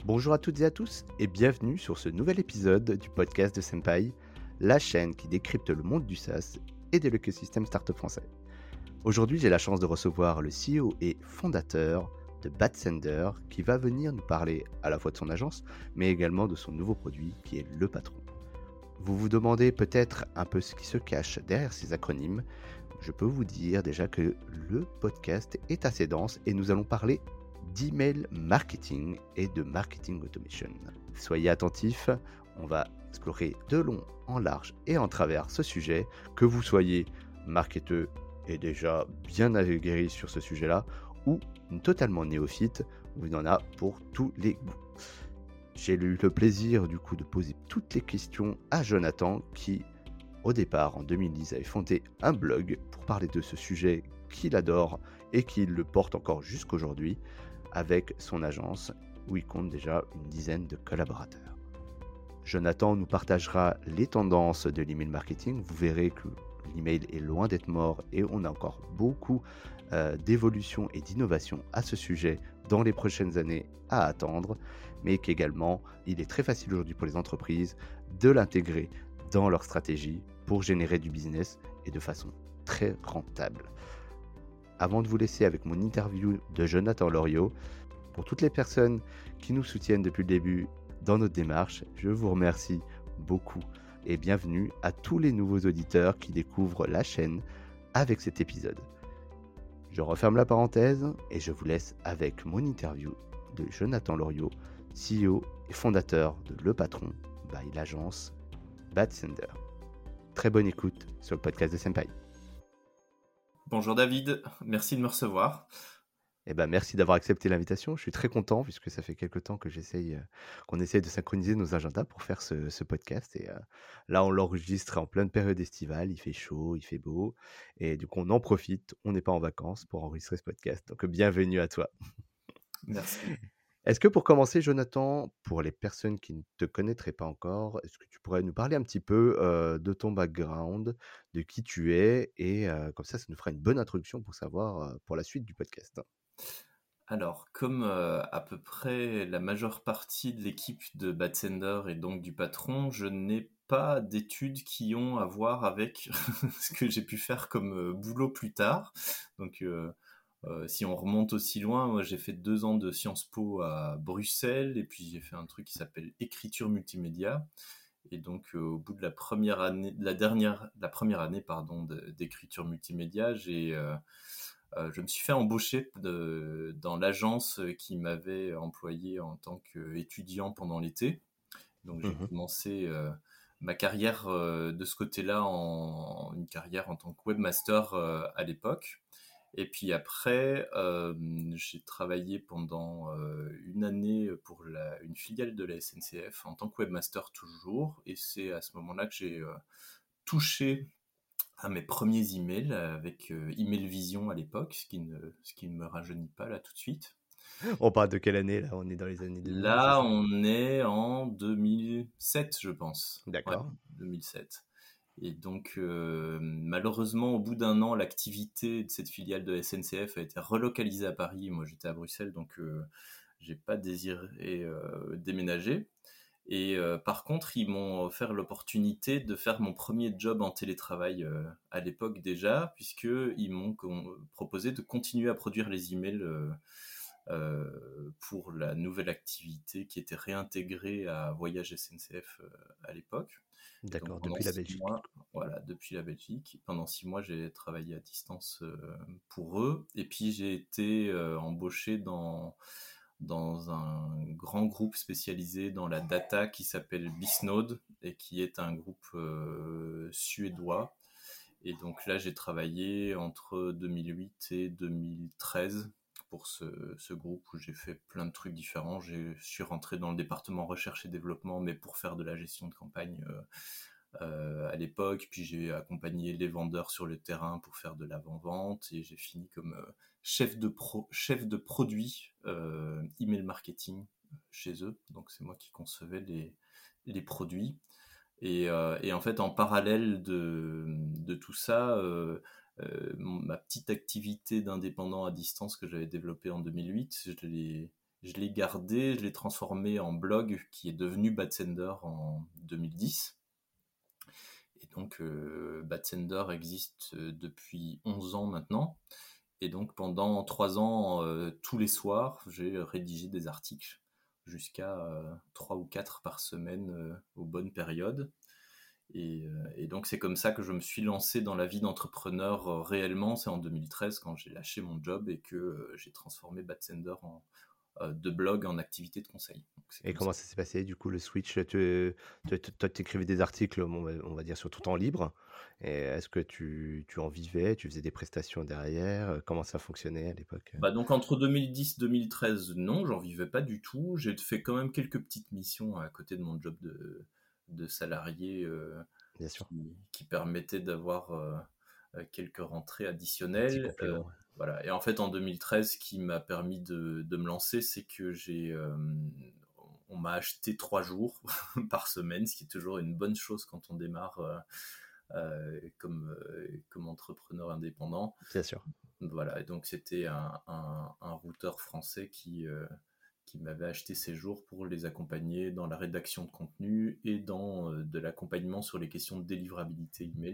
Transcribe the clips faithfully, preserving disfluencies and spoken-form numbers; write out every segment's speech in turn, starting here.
Bonjour à toutes et à tous et bienvenue sur ce nouvel épisode du podcast de Senpai, la chaîne qui décrypte le monde du SaaS et de l'écosystème startup français. Aujourd'hui, j'ai la chance de recevoir le C E O et fondateur de Batsender qui va venir nous parler à la fois de son agence, mais également de son nouveau produit qui est Le Patron. Vous vous demandez peut-être un peu ce qui se cache derrière ces acronymes. Je peux vous dire déjà que le podcast est assez dense et nous allons parler d'email marketing et de marketing automation. Soyez attentifs, on va explorer de long, en large et en travers ce sujet, que vous soyez marketeur et déjà bien aguerri sur ce sujet-là, ou totalement néophyte, où il y en a pour tous les goûts. J'ai eu le plaisir du coup de poser toutes les questions à Jonathan qui, au départ en deux mille dix, avait fondé un blog pour parler de ce sujet qu'il adore et qu'il le porte encore jusqu'aujourd'hui avec son agence où il compte déjà une dizaine de collaborateurs. Jonathan nous partagera les tendances de l'email marketing. Vous verrez que l'email est loin d'être mort et on a encore beaucoup euh, d'évolution et d'innovation à ce sujet dans les prochaines années à attendre, mais qu'également il est très facile aujourd'hui pour les entreprises de l'intégrer dans leur stratégie pour générer du business et de façon très rentable. Avant de vous laisser avec mon interview de Jonathan Loriot, pour toutes les personnes qui nous soutiennent depuis le début dans notre démarche, je vous remercie beaucoup et bienvenue à tous les nouveaux auditeurs qui découvrent la chaîne avec cet épisode. Je referme la parenthèse et je vous laisse avec mon interview de Jonathan Loriot, C E O et fondateur de Le Patron by l'agence Batsender. Très bonne écoute sur le podcast de Senpai. Bonjour David, merci de me recevoir. Eh ben, merci d'avoir accepté l'invitation. Je suis très content puisque ça fait quelque temps que j'essaye, euh, qu'on essaye de synchroniser nos agendas pour faire ce, ce podcast. Et euh, là, on l'enregistre en pleine période estivale. Il fait chaud, il fait beau. Et du coup, on en profite. On n'est pas en vacances pour enregistrer ce podcast. Donc, bienvenue à toi. Merci. Est-ce que pour commencer, Jonathan, pour les personnes qui ne te connaîtraient pas encore, est-ce que tu pourrais nous parler un petit peu euh, de ton background, de qui tu es, et euh, comme ça, ça nous fera une bonne introduction pour savoir euh, pour la suite du podcast. Alors, comme euh, à peu près la majeure partie de l'équipe de Batsender et donc du patron, je n'ai pas d'études qui ont à voir avec ce que j'ai pu faire comme euh, boulot plus tard. Donc, euh, euh, si on remonte aussi loin, moi j'ai fait deux ans de Sciences Po à Bruxelles et puis j'ai fait un truc qui s'appelle écriture multimédia. Et donc, euh, au bout de la première année, de la dernière, la première année, pardon, de- d'écriture multimédia, j'ai, euh, euh, je me suis fait embaucher de- dans l'agence qui m'avait employé en tant qu'étudiant pendant l'été. Donc, j'ai Mhm. commencé euh, ma carrière euh, de ce côté-là en une carrière en tant que webmaster euh, à l'époque. Et puis après, euh, j'ai travaillé pendant euh, une année pour la, une filiale de la S N C F en tant que webmaster toujours. Et c'est à ce moment-là que j'ai euh, touché à mes premiers emails avec euh, Email Vision à l'époque, ce qui ne, ce qui ne me rajeunit pas là tout de suite. On parle de quelle année là? On est dans les années deux mille, c'est Là, ça? on est en deux mille sept, je pense. Ouais, D'accord. deux mille sept. Et donc, euh, malheureusement, au bout d'un an, l'activité de cette filiale de S N C F a été relocalisée à Paris. Moi, j'étais à Bruxelles, donc euh, j'ai pas désiré euh, déménager. Et euh, par contre, ils m'ont offert l'opportunité de faire mon premier job en télétravail euh, à l'époque déjà, puisque ils m'ont con- proposé de continuer à produire les emails euh, euh, pour la nouvelle activité qui était réintégrée à Voyage S N C F euh, à l'époque. Et donc D'accord, pendant depuis la six Belgique. mois, voilà, depuis la Belgique, pendant six mois, j'ai travaillé à distance euh, pour eux. Et puis j'ai été euh, embauché dans dans un grand groupe spécialisé dans la data qui s'appelle Bisnode et qui est un groupe euh, suédois. Et donc là, j'ai travaillé entre deux mille huit et deux mille treize pour ce, ce groupe où j'ai fait plein de trucs différents. Je suis rentré dans le département recherche et développement, mais pour faire de la gestion de campagne euh, euh, à l'époque. Puis j'ai accompagné les vendeurs sur le terrain pour faire de l'avant-vente et j'ai fini comme euh, chef de pro, chef de produit euh, email marketing chez eux. Donc c'est moi qui concevais les les produits. Et, euh, et en fait, en parallèle de, de tout ça, euh, euh, ma petite activité d'indépendant à distance que j'avais développée en deux mille huit, je l'ai, je l'ai gardé, je l'ai transformé en blog qui est devenu Batsender en deux mille dix. Et donc, euh, Batsender existe euh, depuis onze ans maintenant. Et donc, pendant trois ans, euh, tous les soirs, j'ai rédigé des articles jusqu'à euh, trois ou quatre par semaine euh, aux bonnes périodes. Et, euh, et donc, c'est comme ça que je me suis lancé dans la vie d'entrepreneur euh, réellement. C'est en deux mille treize quand j'ai lâché mon job et que euh, j'ai transformé Batsender en, euh, de blog en activité de conseil. Donc, c'est Et comme ça. comment ça s'est passé du coup le switch? Tu, tu- tu- toi, tu écrivais des articles, bon, on va on va dire sur tout temps libre. Et est-ce que tu, tu en vivais? Tu faisais des prestations derrière? Comment ça fonctionnait à l'époque? Bah donc entre deux mille dix et deux mille treize, non, j'en vivais pas du tout. J'ai fait quand même quelques petites missions à côté de mon job de, de salarié euh, Bien sûr, qui, qui permettaient d'avoir euh, euh, quelques rentrées un petit additionnelles. Euh, complément. Ouais. voilà. Et en fait, en deux mille treize, ce qui m'a permis de, de me lancer, c'est que j'ai, euh, on m'a acheté trois jours par semaine, ce qui est toujours une bonne chose quand on démarre euh, euh, comme, euh, comme entrepreneur indépendant. Bien sûr. Voilà, et donc c'était un, un, un routeur français qui, euh, qui m'avait acheté ces jours pour les accompagner dans la rédaction de contenu et dans euh, de l'accompagnement sur les questions de délivrabilité email.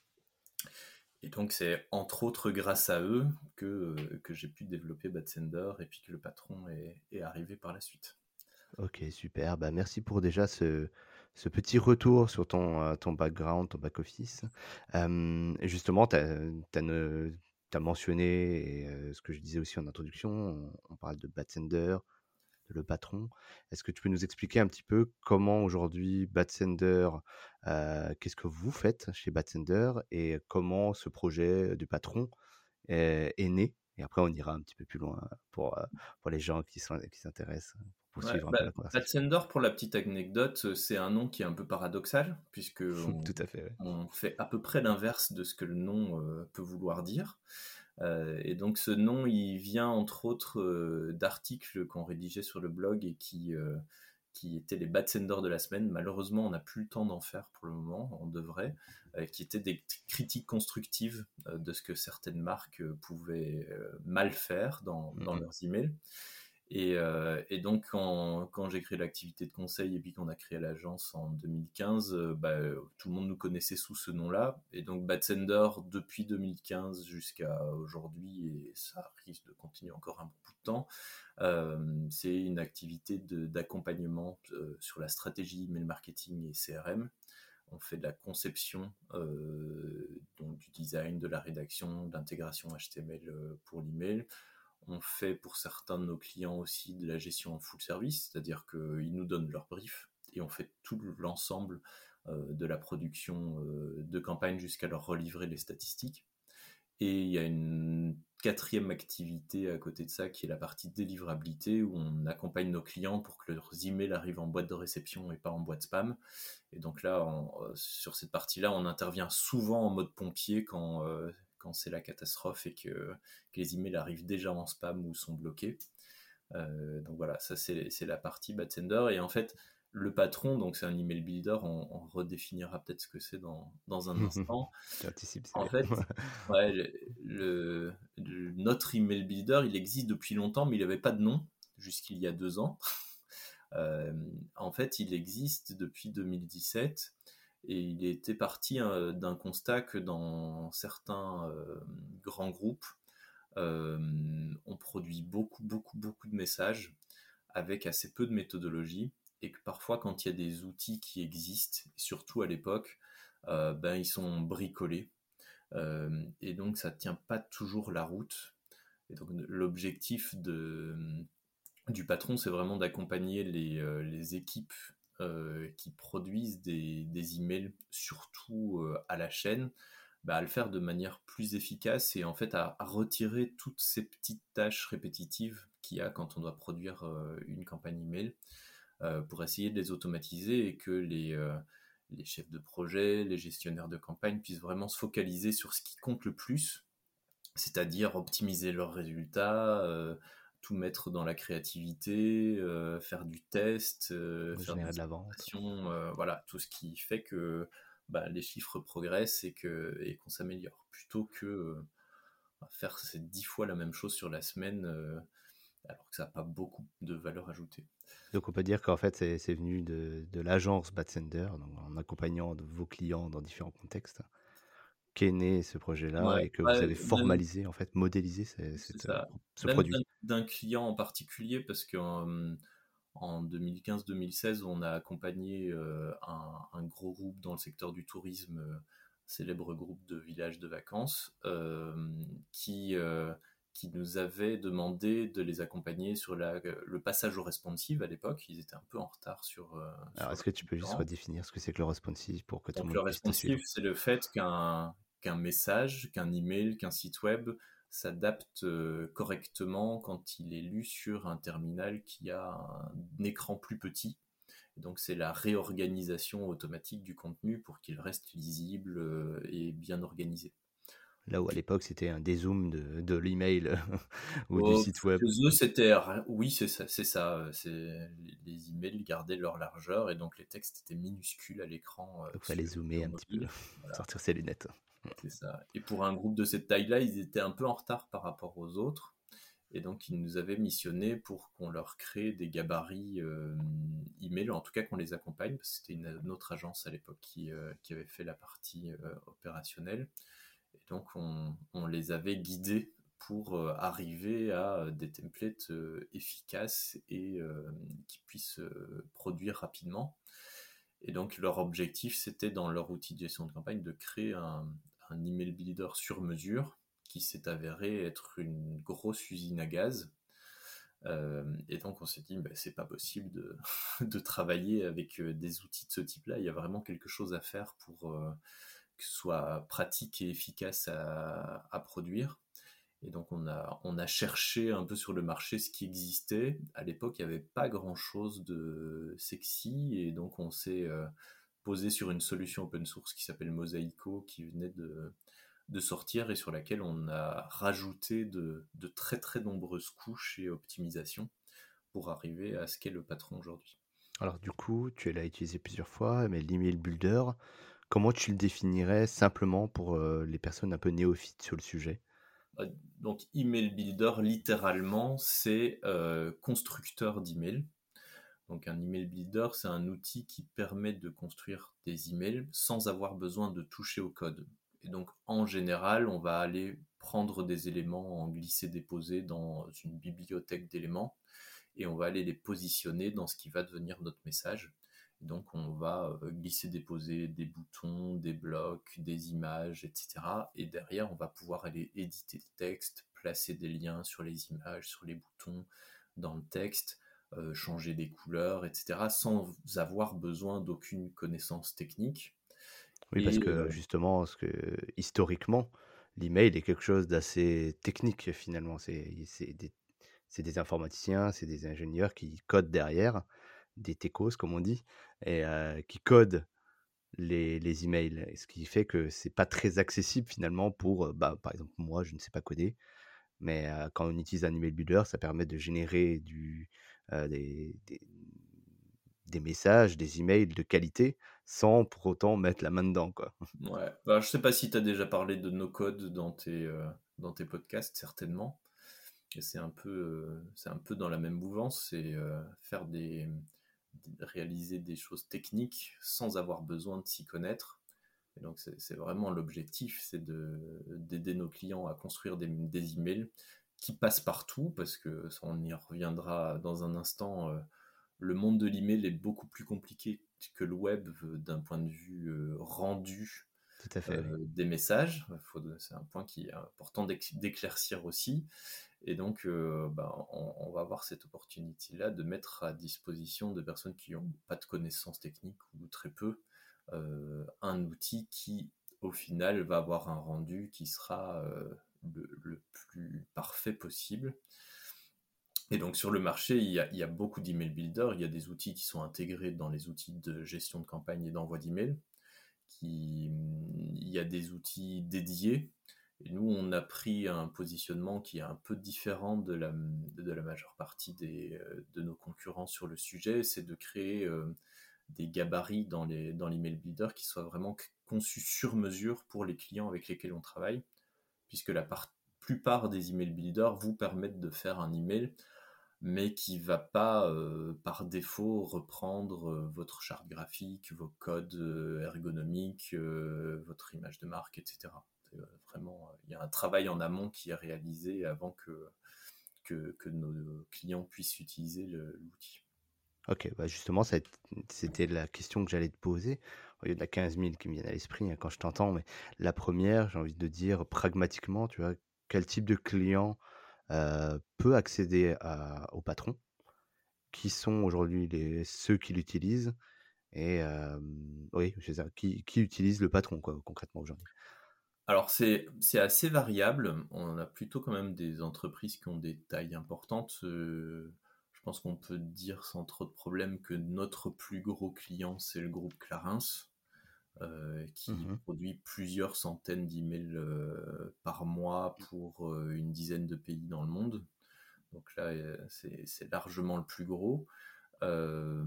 Et donc c'est entre autres grâce à eux que, euh, que j'ai pu développer Batsender et puis que le patron est, est arrivé par la suite. Ok, super. Bah, merci pour déjà ce, ce petit retour sur ton, euh, ton background, ton back-office. Euh, et justement, tu as mentionné, et, euh, ce que je disais aussi en introduction, on, on parle de Batsender, de le patron. Est-ce que tu peux nous expliquer un petit peu comment aujourd'hui Batsender, euh, qu'est-ce que vous faites chez Batsender et comment ce projet du patron est, est né? Et après, on ira un petit peu plus loin pour, euh, pour les gens qui sont, qui s'intéressent, pour Ouais, poursuivre un bah, peu la conversation. Batsender, pour la petite anecdote, c'est un nom qui est un peu paradoxal, puisque on, Tout à fait, ouais. on fait à peu près l'inverse de ce que le nom euh, peut vouloir dire. Euh, et donc ce nom, il vient entre autres euh, d'articles qu'on rédigeait sur le blog et qui, euh, qui étaient les bad senders de la semaine. Malheureusement, on n'a plus le temps d'en faire pour le moment, on devrait, euh, qui étaient des critiques constructives euh, de ce que certaines marques euh, pouvaient euh, mal faire dans, dans Mhm. leurs emails. Et, euh, et donc, quand, quand j'ai créé l'activité de conseil et puis qu'on a créé l'agence en deux mille quinze, euh, bah, tout le monde nous connaissait sous ce nom-là. Et donc, Batsender, depuis deux mille quinze jusqu'à aujourd'hui, et ça risque de continuer encore un bout de temps, euh, c'est une activité de- d'accompagnement euh, sur la stratégie email marketing et C R M. On fait de la conception, euh, donc du design, de la rédaction, de l'intégration H T M L euh, pour l'email. On fait pour certains de nos clients aussi de la gestion en full service, c'est-à-dire qu'ils nous donnent leur brief et on fait tout l'ensemble euh, de la production euh, de campagne jusqu'à leur relivrer les statistiques. Et il y a une quatrième activité à côté de ça qui est la partie délivrabilité où on accompagne nos clients pour que leurs emails arrivent en boîte de réception et pas en boîte spam. Et donc là, on, euh, sur cette partie-là, on intervient souvent en mode pompier quand, euh, quand c'est la catastrophe et que, que les emails arrivent déjà en spam ou sont bloqués. Euh, donc voilà, ça c'est, c'est la partie Batsender. Et en fait, le patron, donc c'est un email builder, on, on redéfinira peut-être ce que c'est dans, dans un instant. Tu anticipes, c'est En bien. fait, ouais, le, le- le- notre email builder, il existe depuis longtemps, mais il n'avait pas de nom jusqu'il y a deux ans. Euh, en fait, il existe depuis deux mille dix-sept et il était parti euh, d'un constat que dans certains euh, grands groupes, euh, on produit beaucoup, beaucoup, beaucoup de messages avec assez peu de méthodologie et que parfois, quand il y a des outils qui existent, surtout à l'époque, euh, ben, ils sont bricolés. Euh, et donc, ça tient pas toujours la route. Et donc, l'objectif de, du patron, c'est vraiment d'accompagner les, euh, les équipes euh, qui produisent des, des emails, surtout euh, à la chaîne, bah, à le faire de manière plus efficace et en fait à, à retirer toutes ces petites tâches répétitives qu'il y a quand on doit produire euh, une campagne email euh, pour essayer de les automatiser et que les, euh, les chefs de projet, les gestionnaires de campagne puissent vraiment se focaliser sur ce qui compte le plus, c'est-à-dire optimiser leurs résultats, euh, tout mettre dans la créativité, euh, faire du test, euh, faire Générer des de la vente. iterations, euh, voilà, tout ce qui fait que bah, les chiffres progressent et que et qu'on s'améliore, plutôt que euh, faire ces dix fois la même chose sur la semaine. Euh, alors que ça n'a pas beaucoup de valeur ajoutée. Donc on peut dire qu'en fait c'est, c'est venu de, de l'agence Bad Sender, donc en accompagnant de vos clients dans différents contextes, qu'est né ce projet-là Ouais, et que vous ouais, avez même, formalisé, en fait, modélisé ce, c'est cette, euh, ça. pro- ce Même produit. d'un d'un client en particulier, parce que euh, en deux mille quinze deux mille seize, on a accompagné euh, un, un gros groupe dans le secteur du tourisme, euh, célèbre groupe de villages de vacances, euh, qui, euh, qui nous avait demandé de les accompagner sur la, le passage au responsive à l'époque. Ils étaient un peu en retard sur, euh, Alors sur est-ce leurs que tu peux juste concurrents. redéfinir ce que c'est que le responsive pour que tout le Donc monde le puisse te responsive, suivre? c'est le fait qu'un qu'un message, qu'un email, qu'un site web s'adapte euh, correctement quand il est lu sur un terminal qui a un écran plus petit. Et donc c'est la réorganisation automatique du contenu pour qu'il reste lisible euh, et bien organisé. Là où à l'époque c'était un dézoom de, de l'email ou du Oh, site web. chez eux, c'était oui, c'est ça, c'est ça. euh, C'est les les emails gardaient leur largeur et donc les textes étaient minuscules à l'écran euh, Donc il fallait sur, zoomer sur un petit peu, mobile. Voilà. sortir ses lunettes. C'est ça. Et pour un groupe de cette taille-là, ils étaient un peu en retard par rapport aux autres. Et donc, ils nous avaient missionné pour qu'on leur crée des gabarits euh, email, en tout cas qu'on les accompagne, parce que c'était une, une autre agence à l'époque qui, euh, qui avait fait la partie euh, opérationnelle. Et donc, on, on les avait guidés pour euh, arriver à euh, des templates euh, efficaces et euh, qui puissent euh, produire rapidement. Et donc, leur objectif, c'était dans leur outil de gestion de campagne de créer un, un email builder sur mesure qui s'est avéré être une grosse usine à gaz. Euh, et donc, on s'est dit, bah, c'est pas possible de, de travailler avec euh, des outils de ce type-là. Il y a vraiment quelque chose à faire pour euh, que ce soit pratique et efficace à, à produire. Et donc on a, on a cherché un peu sur le marché ce qui existait. À l'époque, il n'y avait pas grand-chose de sexy, et donc on s'est euh, posé sur une solution open source qui s'appelle Mosaico, qui venait de, de sortir et sur laquelle on a rajouté de, de très très nombreuses couches et optimisations pour arriver à ce qu'est le patron aujourd'hui. Alors du coup, tu l'as utilisé plusieurs fois, mais l'email builder, comment tu le définirais simplement pour euh, les personnes un peu néophytes sur le sujet? Euh, Donc Email Builder, littéralement, c'est euh, constructeur d'email. Donc un email builder, c'est un outil qui permet de construire des emails sans avoir besoin de toucher au code. Et donc en général, on va aller prendre des éléments en glisser-déposer dans une bibliothèque d'éléments et on va aller les positionner dans ce qui va devenir notre message. Et donc on va euh, glisser-déposer des boutons, des blocs, des images, et cetera. Et derrière, on va pouvoir aller éditer le texte, placer des liens sur les images, sur les boutons, dans le texte, euh, changer des couleurs, et cetera, sans avoir besoin d'aucune connaissance technique. Oui, parce Et que euh, justement, ce que historiquement, l'email est quelque chose d'assez technique finalement. C'est c'est des, c'est des informaticiens, c'est des ingénieurs qui codent derrière, des techos comme on dit, et euh, qui codent les, les emails. Et ce qui fait que c'est pas très accessible finalement pour, euh, bah, par exemple, moi, je ne sais pas coder, mais euh, quand on utilise un email builder, ça permet de générer du, euh, des, des, des messages, des emails de qualité sans pour autant mettre la main dedans, quoi. ouais, bah, je sais pas si tu as déjà parlé de no-code dans tes, euh, dans tes podcasts, certainement. Et c'est un peu, euh, c'est un peu dans la même mouvance, c'est euh, faire des, réaliser des choses techniques sans avoir besoin de s'y connaître. Et donc c'est c'est vraiment l'objectif, c'est de d'aider nos clients à construire des, des emails qui passent partout, parce que ça, on y reviendra dans un instant. Euh, le monde de l'email est beaucoup plus compliqué que le web euh, d'un point de vue euh, rendu Tout à fait, oui. euh, des messages. Faut- C'est un point qui est important d'éc- d'éclaircir aussi. Et donc, euh, bah, on, on va avoir cette opportunité-là de mettre à disposition de personnes qui n'ont pas de connaissances techniques ou très peu, euh, un outil qui, au final, va avoir un rendu qui sera euh, le, le plus parfait possible. Et donc sur le marché, il y a, il y a beaucoup d'email builders, il y a des outils qui sont intégrés dans les outils de gestion de campagne et d'envoi d'email, qui, il y a des outils dédiés. Et nous, on a pris un positionnement qui est un peu différent de la, de la majeure partie des, de nos concurrents sur le sujet, c'est de créer euh, des gabarits dans les, dans l'email builder qui soient vraiment conçus sur mesure pour les clients avec lesquels on travaille, puisque la part, plupart des email builders vous permettent de faire un email mais qui va pas euh, par défaut reprendre euh, votre charte graphique, vos codes euh, ergonomiques, euh, votre image de marque, et cetera. C'est, euh, vraiment, euh, il y a un travail en amont qui est réalisé avant que, que, que nos clients puissent utiliser le- l'outil. Ok, bah justement, ça a été- c'était la question que j'allais te poser. Il y en a quinze mille qui me viennent à l'esprit hein, quand je t'entends, mais la première, j'ai envie de dire pragmatiquement, tu vois, quel type de client euh, peut accéder à- au patron? Qui sont aujourd'hui les, ceux qui l'utilisent? Et euh, oui, c'est ça, qui, qui utilise le patron, quoi, concrètement aujourd'hui? Alors c'est c'est assez variable. On a plutôt quand même des entreprises qui ont des tailles importantes. Euh, je pense qu'on peut dire sans trop de problèmes que notre plus gros client, c'est le groupe Clarins, euh, qui Mhm. produit plusieurs centaines d'emails euh, par mois pour euh, une dizaine de pays dans le monde. Donc là, euh, c'est c'est largement le plus gros. Euh,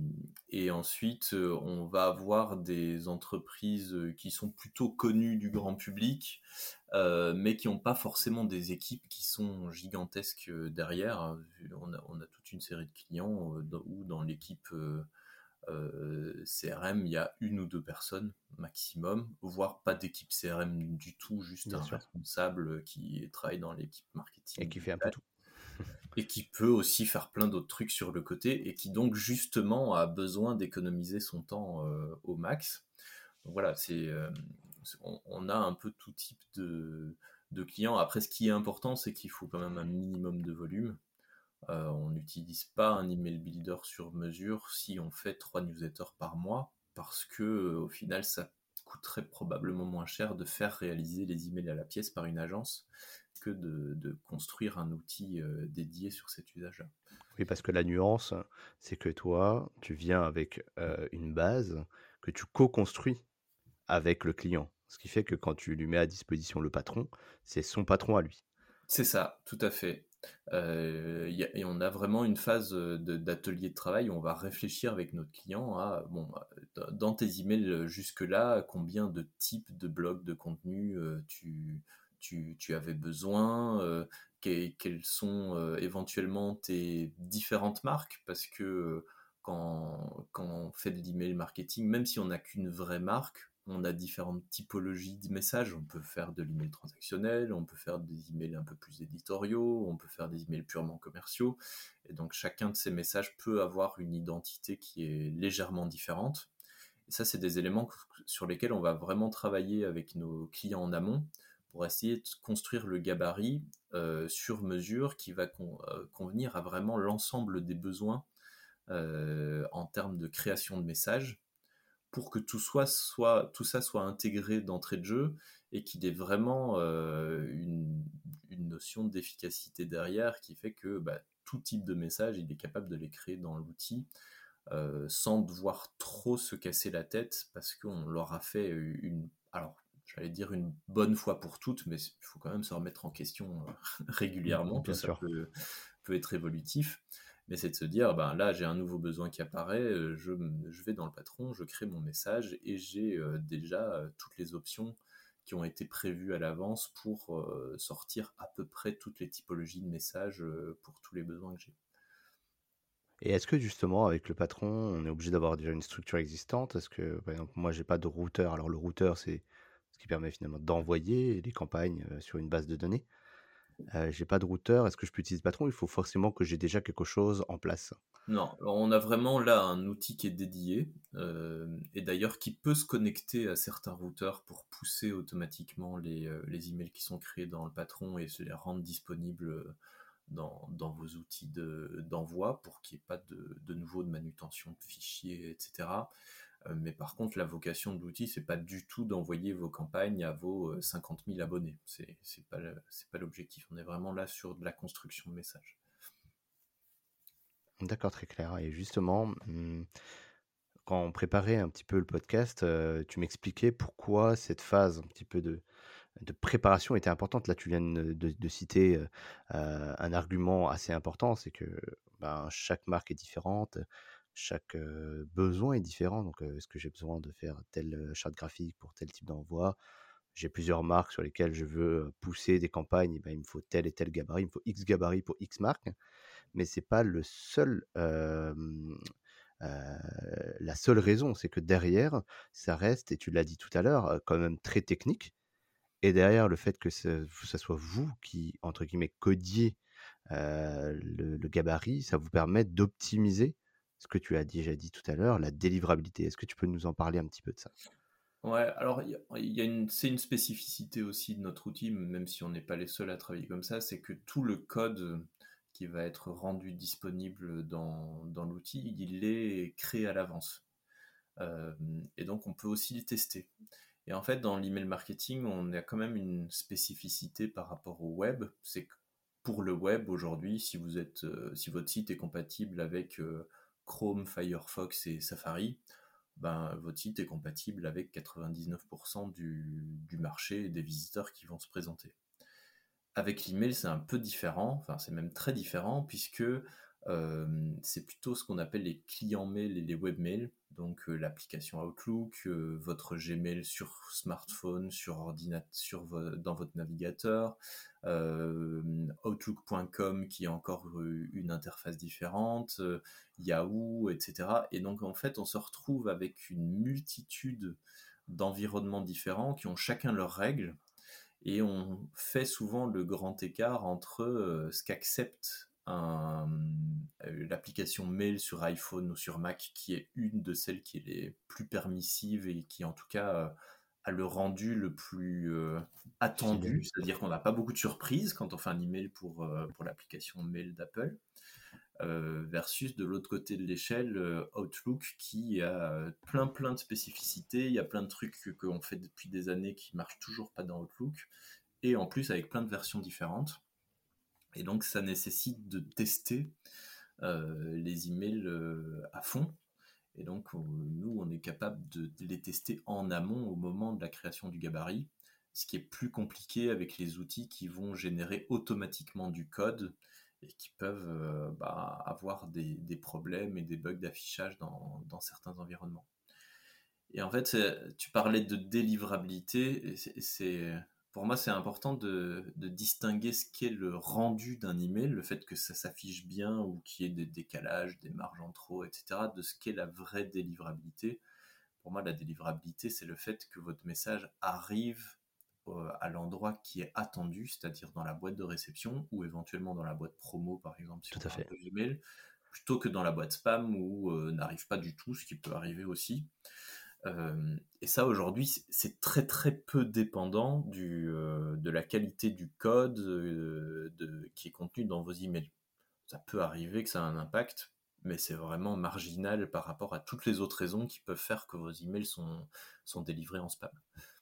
et ensuite, euh, on va avoir des entreprises euh, qui sont plutôt connues du grand public, euh, mais qui n'ont pas forcément des équipes qui sont gigantesques euh, derrière. On a, on a toute une série de clients euh, dans- où dans l'équipe euh, euh, C R M, il y a une ou deux personnes maximum, voire pas d'équipe C R M du tout, juste Bien un sûr. responsable qui travaille dans l'équipe Et marketing qui fait un peu digital tout. et qui peut aussi faire plein d'autres trucs sur le côté et qui donc justement a besoin d'économiser son temps euh, au max. Donc voilà, c'est euh, on, on a un peu tout type de, de clients. Après, ce qui est important, c'est qu'il faut quand même un minimum de volume. Euh, on n'utilise pas un email builder sur mesure si on fait trois newsletters par mois, parce que euh, au final, ça coûterait probablement moins cher de faire réaliser les emails à la pièce par une agence que de, de construire un outil euh, dédié sur cet usage-là. Oui, parce que la nuance, c'est que toi, tu viens avec euh, une base que tu co-construis avec le client. Ce qui fait que quand tu lui mets à disposition le patron, c'est son patron à lui. C'est ça, tout à fait. Euh, y a- et on a vraiment une phase euh, de- d'atelier de travail où on va réfléchir avec notre client à, bon, euh, dans tes emails euh, jusque-là, combien de types de blocs de contenu euh, tu, tu, tu avais besoin, euh, que- quelles sont euh, éventuellement tes différentes marques, parce que euh, quand, quand on fait de l'email marketing, même si on n'a qu'une vraie marque, on a différentes typologies de messages. On peut faire de l'email transactionnel, on peut faire des emails un peu plus éditoriaux, on peut faire des emails purement commerciaux. Et donc chacun de ces messages peut avoir une identité qui est légèrement différente. Et ça, c'est des éléments sur lesquels on va vraiment travailler avec nos clients en amont pour essayer de construire le gabarit euh, sur mesure qui va con- euh, convenir à vraiment l'ensemble des besoins euh, en termes de création de messages pour que tout, soit, soit, tout ça soit intégré d'entrée de jeu et qu'il ait vraiment euh, une, une notion d'efficacité derrière qui fait que bah, tout type de message, il est capable de les créer dans l'outil euh, sans devoir trop se casser la tête parce qu'on leur a fait une... Alors, j'allais dire une bonne fois pour toutes, mais il faut quand même se remettre en question euh, régulièrement, tout Bien ça sûr. peut, peut être évolutif, mais c'est de se dire, ben là j'ai un nouveau besoin qui apparaît, euh, je, je vais dans le patron, je crée mon message et j'ai euh, déjà euh, toutes les options qui ont été prévues à l'avance pour euh, sortir à peu près toutes les typologies de messages euh, pour tous les besoins que j'ai. Et est-ce que justement, avec le patron, on est obligé d'avoir déjà une structure existante? Est-ce que, par exemple, moi, j'ai pas de routeur. Alors, le routeur, c'est ce qui permet finalement d'envoyer les campagnes euh, sur une base de données. Euh, j'ai pas de routeur. Est-ce que je peux utiliser le patron? Il faut forcément que j'ai déjà quelque chose en place. Non, alors on a vraiment là un outil qui est dédié, euh, et d'ailleurs qui peut se connecter à certains routeurs pour pousser automatiquement les, euh, les emails qui sont créés dans le patron et se les rendre disponibles euh, dans, dans vos outils de- d'envoi pour qu'il n'y ait pas de, de nouveau de manutention de fichiers, et cetera. Euh, mais par contre, la vocation de l'outil, c'est pas du tout d'envoyer vos campagnes à vos euh, cinquante mille abonnés. C'est c'est pas le- c'est pas l'objectif. On est vraiment là sur de la construction de messages. D'accord, très clair. Et justement, hum, quand on préparait un petit peu le podcast, euh, tu m'expliquais pourquoi cette phase un petit peu de, de préparation était importante. Là, tu viens de, de- de citer euh, euh, un argument assez important, c'est que ben, chaque marque est différente, chaque euh, besoin est différent. Donc, euh, est-ce que j'ai besoin de faire telle euh, charte graphique pour tel type d'envoi? J'ai plusieurs marques sur lesquelles je veux pousser des campagnes, et ben, il me faut tel et tel gabarit, il me faut X gabarit pour X marque. mais c'est pas le seul, hem, heu, la seule raison. C'est que derrière, ça reste et tu l'as dit tout à l'heure, heu, quand même très technique et derrière le fait que ce ça soit vous qui, entre guillemets, «codiez», heu, le le gabarit, ça vous permet d'optimiser ce que tu as déjà dit tout à l'heure, la délivrabilité. Est-ce que tu peux nous en parler un petit peu de ça? Ouais, alors il y a, il y a une, c'est une spécificité aussi de notre outil, même si on n'est pas les seuls à travailler comme ça, c'est que tout le code qui va être rendu disponible dans, dans l'outil, il est créé à l'avance. Euh, et donc on peut aussi le tester. Et en fait, dans l'email marketing, on a quand même une spécificité par rapport au web, c'est que pour le web aujourd'hui, si vous êtes, euh, si votre site est compatible avec euh, Chrome, Firefox et Safari, ben, votre site est compatible avec quatre-vingt-dix-neuf pour cent du, du marché et des visiteurs qui vont se présenter. Avec l'email, c'est un peu différent, enfin c'est même très différent, puisque euh, c'est plutôt ce qu'on appelle les clients mail et les webmails, donc euh, l'application Outlook, euh, votre Gmail sur smartphone, sur ordinateur, sur vo- dans votre navigateur, euh, Outlook point com qui a encore euh, une interface différente, euh, Yahoo, et cetera. Et donc en fait, on se retrouve avec une multitude d'environnements différents qui ont chacun leurs règles et on fait souvent le grand écart entre euh, ce qu'accepte un, euh, l'application mail sur iPhone ou sur Mac, qui est une de celles qui est les plus permissives et qui en tout cas euh, a le rendu le plus euh, attendu, Fidèle. c'est-à-dire qu'on n'a pas beaucoup de surprises quand on fait un email pour, euh, pour l'application mail d'Apple. Euh, versus de l'autre côté de l'échelle, euh, Outlook qui a euh, plein plein de spécificités, il y a plein de trucs qu'on fait depuis des années qui marchent toujours pas dans Outlook, et en plus avec plein de versions différentes. Et donc ça nécessite de tester euh, les emails euh, à fond. Et donc on- nous, on est capable de les tester en amont au moment de la création du gabarit, ce qui est plus compliqué avec les outils qui vont générer automatiquement du code et qui peuvent euh, bah, avoir des, des problèmes et des bugs d'affichage dans, dans certains environnements. Et en fait, tu parlais de délivrabilité, et c'est, c'est- pour moi, c'est important de, de distinguer ce qu'est le rendu d'un email, le fait que ça s'affiche bien ou qu'il y ait des décalages, des marges en trop, et cetera, de ce qu'est la vraie délivrabilité. Pour moi, la délivrabilité, c'est le fait que votre message arrive euh, à l'endroit qui est attendu, c'est-à-dire dans la boîte de réception ou éventuellement dans la boîte promo, par exemple, si Tout on à parle fait. de Gmail, plutôt que dans la boîte spam où euh, n'arrive pas du tout, ce qui peut arriver aussi. Euh, et ça, aujourd'hui, c'est très très peu dépendant du, euh, de la qualité du code euh, de, qui est contenu dans vos emails. Ça peut arriver que ça a un impact, mais c'est vraiment marginal par rapport à toutes les autres raisons qui peuvent faire que vos emails sont, sont délivrés en spam.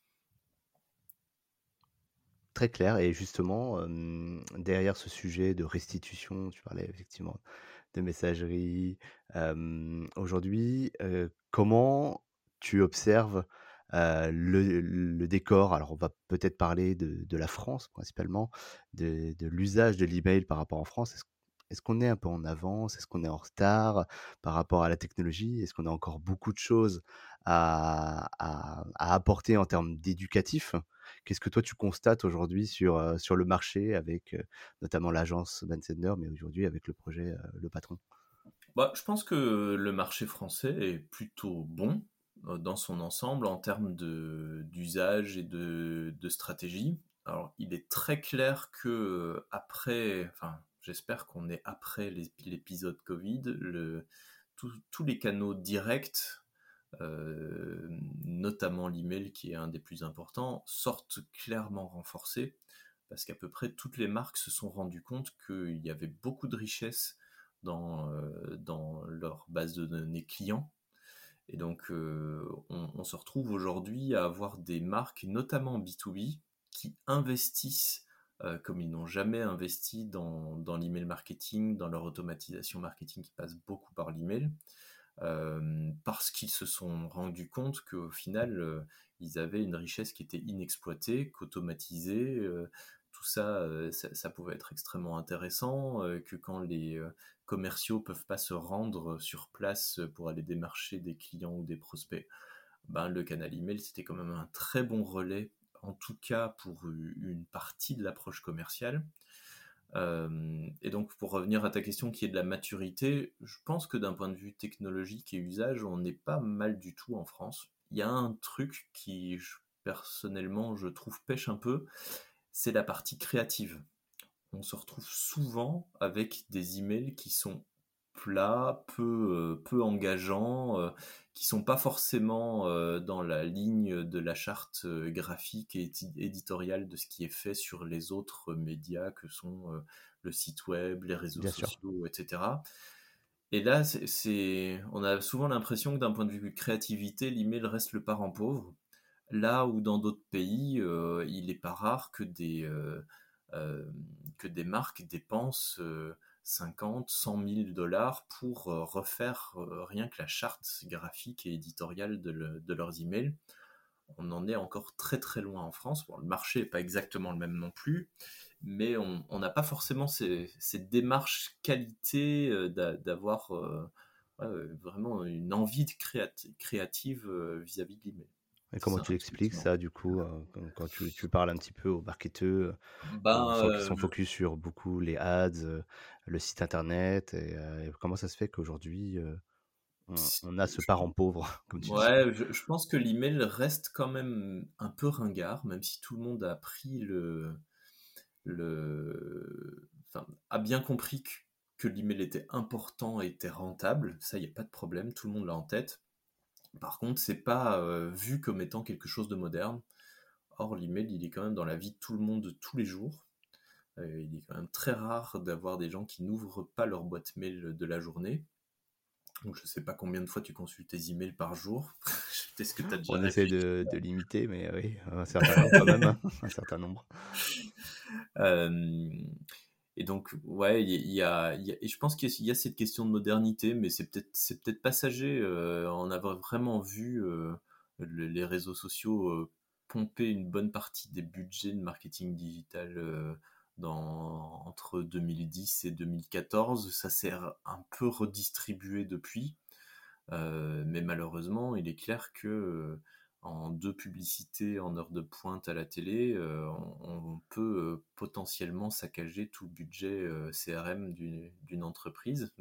Très clair et justement, hem, derrière ce sujet de restitution, tu parlais effectivement de messagerie, hem, aujourd'hui, heu, comment tu observes, heu, le le décor? Alors on va peut-être parler de de la France principalement, de de l'usage de l'email par rapport en France. Est-ce est-ce qu'on est un peu en avance? Est-ce qu'on est en retard par rapport à la technologie? Est-ce qu'on a encore beaucoup de choses à à à apporter en termes d'éducatif? Qu'est-ce que toi tu constates aujourd'hui sur, heu, sur le marché avec, heu, notamment l'agence Van Sender, mais aujourd'hui avec le projet, heu, Le Patron? Bah, je pense que le marché français est plutôt bon euh, dans son ensemble en termes de, d'usage et de, de stratégie. Alors, il est très clair que euh, après, enfin, j'espère qu'on est après l'ép- l'épisode Covid, le, tous tous les canaux directs, euh, notamment l'email qui est un des plus importants, sortent clairement renforcés parce qu'à peu près toutes les marques se sont rendues compte qu'il y avait beaucoup de richesses dans, euh, dans leur base de données clients. Et donc, euh, on, on se retrouve aujourd'hui à avoir des marques, notamment B deux B, qui investissent euh, comme ils n'ont jamais investi dans, dans l'email marketing, dans leur automatisation marketing qui passe beaucoup par l'email, euh, parce qu'ils se sont rendus compte qu'au final, euh, ils avaient une richesse qui était inexploitée, qu'automatisée. Euh, tout ça, euh, ça, ça pouvait être extrêmement intéressant, euh, que quand les euh, commerciaux peuvent pas se rendre sur place pour aller démarcher des clients ou des prospects, ben, le canal email, c'était quand même un très bon relais, en tout cas pour une partie de l'approche commerciale. Euh, et donc, pour revenir à ta question qui est de la maturité, je pense que d'un point de vue technologique et usage, on n'est pas mal du tout en France. Il y a un truc qui, je- personnellement, je trouve pêche un peu, c'est la partie créative. On se retrouve souvent avec des emails qui sont plats, peu, euh, peu engageants, euh, qui sont pas forcément euh, dans la ligne de la charte euh, graphique et édi- éditoriale de ce qui est fait sur les autres médias que sont euh, le site web, les réseaux Bien sûr. sociaux, et cetera. Et là, c'est, c'est- on a souvent l'impression que d'un point de vue créativité, l'email reste le parent pauvre. Là où dans d'autres pays, euh, il n'est pas rare que des, euh, euh, que des marques dépensent euh, cinquante, cent mille dollars pour euh, refaire euh, rien que la charte graphique et éditoriale de, le- de leurs emails. On en est encore très très loin en France. Bon, le marché n'est pas exactement le même non plus, mais on on n'a pas forcément ces, ces démarches qualité euh, d'a- d'avoir euh, ouais, euh, vraiment une envie de créati- créative euh, vis-à-vis de l'email. Et Ça, comment c'est un tu truc l'expliques qui manque. ça, du coup, euh, quand quand tu, tu parles un petit peu aux marketeurs, où on Ben, sent qu'ils sont euh, focus sur beaucoup les ads, euh, le site internet, et, euh, et comment ça se fait qu'aujourd'hui, euh, on, si- on a ce parent pauvre, comme tu dis? ouais, je, je pense que l'email reste quand même un peu ringard, même si tout le monde a pris le, le, enfin, a bien compris que, que l'email était important et était rentable. Ça, il n'y a pas de problème, tout le monde l'a en tête. Par contre, c'est pas euh, vu comme étant quelque chose de moderne. Or, l'email, il est quand même dans la vie de tout le monde tous les jours. Euh, il est quand même très rare d'avoir des gens qui n'ouvrent pas leur boîte mail de la journée. Donc, je sais pas combien de fois tu consultes tes emails par jour. Est-ce que tu as déjà On essaie réfléchi? de, de limiter, mais oui, un certain nombre quand même, hein, un certain nombre. Euh, et donc, ouais, il y, a, il y a- et je pense qu'il y a cette question de modernité, mais c'est peut-être, c'est peut-être passager. Euh, on a vraiment vu euh, le- les réseaux sociaux euh, pomper une bonne partie des budgets de marketing digital euh, dans, entre deux mille dix et deux mille quatorze. Ça s'est un peu redistribué depuis. Euh, mais malheureusement, il est clair que euh, en deux publicités en heure de pointe à la télé, euh, on, on peut euh, potentiellement saccager tout le budget euh, C R M d'une d'une entreprise.